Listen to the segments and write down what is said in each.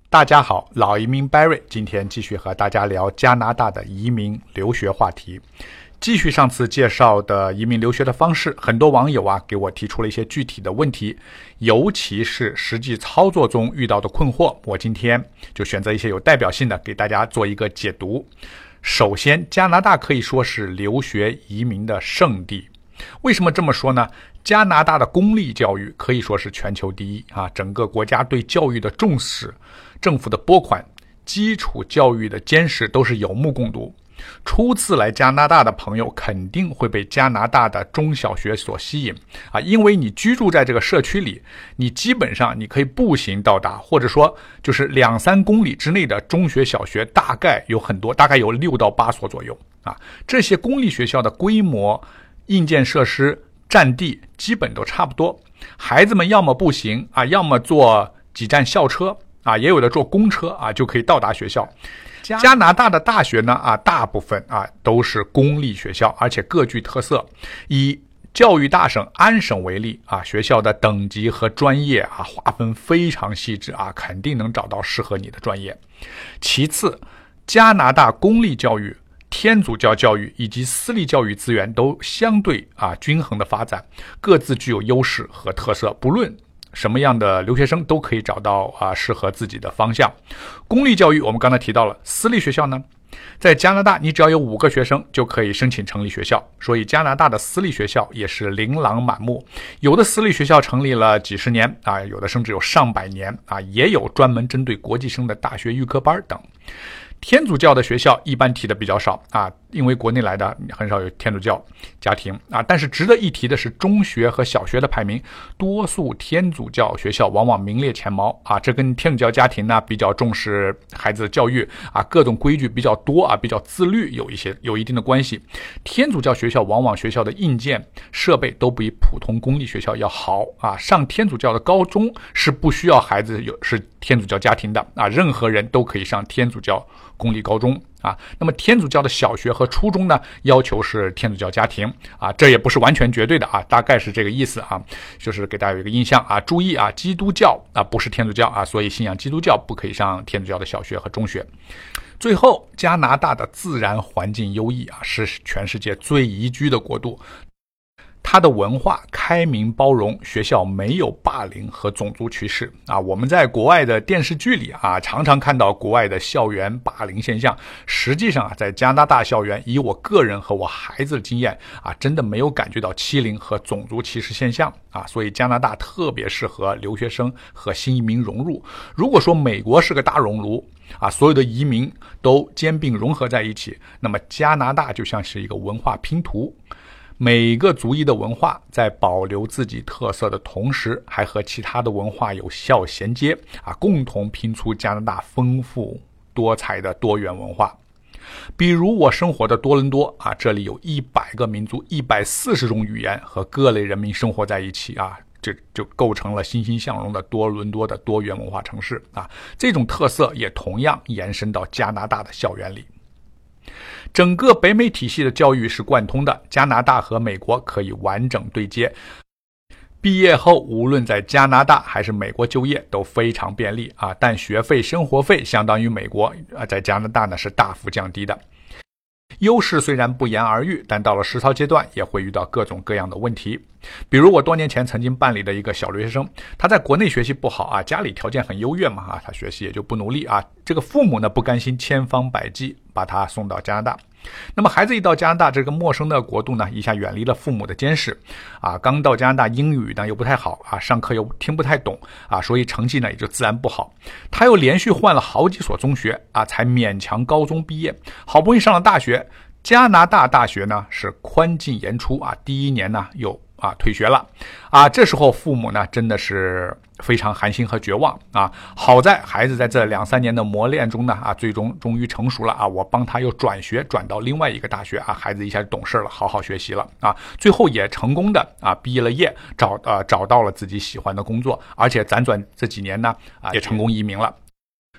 大家好，老移民 Barry 今天继续和大家聊加拿大的移民留学话题。继续上次介绍的移民留学的方式，很多网友给我提出了一些具体的问题，尤其是实际操作中遇到的困惑，我今天就选择一些有代表性的给大家做一个解读。首先，加拿大可以说是留学移民的圣地。为什么这么说呢？加拿大的公立教育可以说是全球第一整个国家对教育的重视，政府的拨款，基础教育的坚实都是有目共睹。初次来加拿大的朋友肯定会被加拿大的中小学所吸引因为你居住在这个社区里，你基本上你可以步行到达，或者说就是2-3公里之内的中学小学大概有很多，大概有6到8所左右这些公立学校的规模、硬件设施、占地基本都差不多，孩子们要么步行要么坐几站校车也有的坐公车就可以到达学校。加拿大的大学呢大部分都是公立学校，而且各具特色。以教育大省安省为例学校的等级和专业划分非常细致肯定能找到适合你的专业。其次，加拿大公立教育、天主教教育以及私立教育资源都相对均衡的发展，各自具有优势和特色，不论什么样的留学生都可以找到适合自己的方向。公立教育我们刚才提到了，私立学校呢，在加拿大你只要有5个学生就可以申请成立学校，所以加拿大的私立学校也是琳琅满目，有的私立学校成立了几十年有的甚至有上百年也有专门针对国际生的大学预科班等。天主教的学校一般提的比较少因为国内来的很少有天主教家庭但是值得一提的是，中学和小学的排名，多数天主教学校往往名列前茅这跟天主教家庭呢比较重视孩子的教育各种规矩比较多比较自律有一定的关系。天主教学校往往学校的硬件设备都比普通公立学校要好上天主教的高中是不需要孩子是天主教家庭的任何人都可以上天主教公立高中那么天主教的小学和初中呢，要求是天主教家庭这也不是完全绝对的大概是这个意思就是给大家有一个印象注意基督教不是天主教所以信仰基督教不可以上天主教的小学和中学。最后，加拿大的自然环境优异是全世界最宜居的国度。它的文化开明包容，学校没有霸凌和种族歧视我们在国外的电视剧里常常看到国外的校园霸凌现象，实际上在加拿大校园，以我个人和我孩子的经验真的没有感觉到欺凌和种族歧视现象所以加拿大特别适合留学生和新移民融入。如果说美国是个大熔炉所有的移民都兼并融合在一起，那么加拿大就像是一个文化拼图，每个族裔的文化在保留自己特色的同时，还和其他的文化有效衔接共同拼出加拿大丰富多彩的多元文化。比如我生活的多伦多这里有100个民族、140种语言和各类人民生活在一起这就构成了欣欣向荣的多伦多的多元文化城市这种特色也同样延伸到加拿大的校园里。整个北美体系的教育是贯通的，加拿大和美国可以完整对接。毕业后无论在加拿大还是美国就业都非常便利但学费、生活费相当于美国在加拿大呢是大幅降低的。优势虽然不言而喻，但到了实操阶段也会遇到各种各样的问题。比如我多年前曾经办理的一个小留学生，他在国内学习不好家里条件很优越嘛他学习也就不努力这个父母呢不甘心，千方百计把他送到加拿大。那么孩子一到加拿大这个陌生的国度呢，一下远离了父母的监视刚到加拿大英语呢又不太好上课又听不太懂所以成绩呢也就自然不好。他又连续换了好几所中学才勉强高中毕业，好不容易上了大学。加拿大大学呢是宽进严出第1年呢又退学了这时候父母呢真的是非常寒心和绝望好在孩子在这2-3年的磨练中呢最终终于成熟了我帮他又转学转到另外一个大学孩子一下就懂事了，好好学习了最后也成功的毕了业，找到了自己喜欢的工作，而且辗转这几年呢也成功移民了。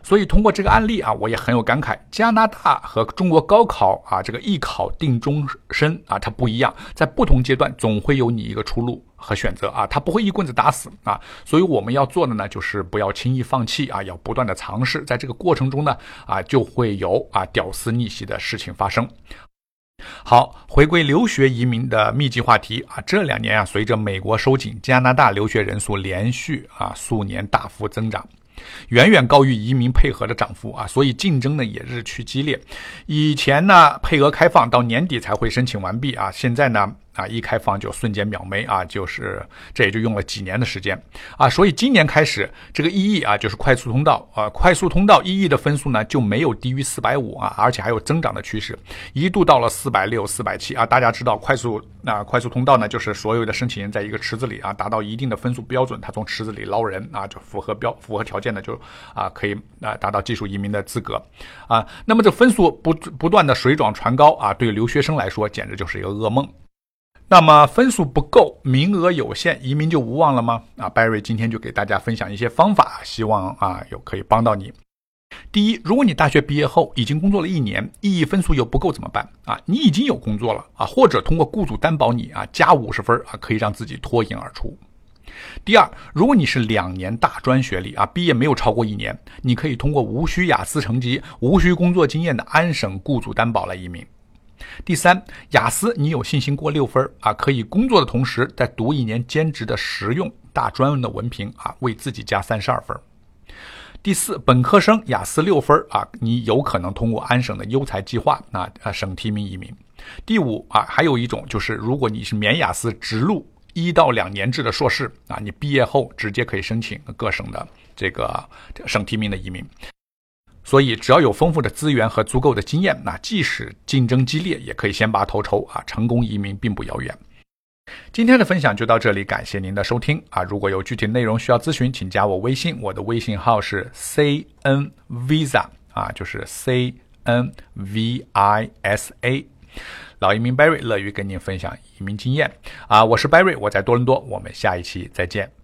所以通过这个案例啊，我也很有感慨，加拿大和中国高考啊这个艺考定终身啊它不一样，在不同阶段总会有你一个出路和选择啊，它不会一棍子打死啊。所以我们要做的呢，就是不要轻易放弃啊，要不断的尝试，在这个过程中呢啊就会有啊屌丝逆袭的事情发生。好，回归留学移民的密集话题啊，这2年啊，随着美国收紧，加拿大留学人数连续数年大幅增长，远远高于移民配额的涨幅啊，所以竞争呢也日趋激烈。以前呢配额开放到年底才会申请完毕啊，现在呢一开放就瞬间秒没啊，就是这也就用了几年的时间啊，所以今年开始这个EE啊，就是快速通道快速通道EE的分数呢就没有低于450啊，而且还有增长的趋势，一度到了460、470啊。大家知道快速通道呢，就是所有的申请人在一个池子里啊，达到一定的分数标准，他从池子里捞人啊，就符合条件的就可以达到技术移民的资格啊。那么这分数不断的水涨船高啊，对留学生来说简直就是一个噩梦。那么分数不够，名额有限，移民就无望了吗？Barry 今天就给大家分享一些方法，希望可以帮到你。第一，如果你大学毕业后已经工作了1年，EE分数又不够怎么办你已经有工作了或者通过雇主担保你加50分可以让自己脱颖而出。第二，如果你是2年大专学历毕业没有超过1年，你可以通过无需雅思成绩、无需工作经验的安省雇主担保来移民。第三，雅思你有信心过6分可以工作的同时再读1年兼职的实用大专的文凭为自己加32分。第四，本科生雅思6分你有可能通过安省的优才计划省提名移民。第五还有一种就是如果你是免雅思直录1到2年制的硕士你毕业后直接可以申请各省的这个省提名的移民。所以只要有丰富的资源和足够的经验，即使竞争激烈也可以先拔头筹成功移民并不遥远。今天的分享就到这里，感谢您的收听如果有具体内容需要咨询，请加我微信，我的微信号是 CNVisa 就是 CNVISA。老移民 Barry 乐于跟您分享移民经验我是 Barry， 我在多伦多，我们下一期再见。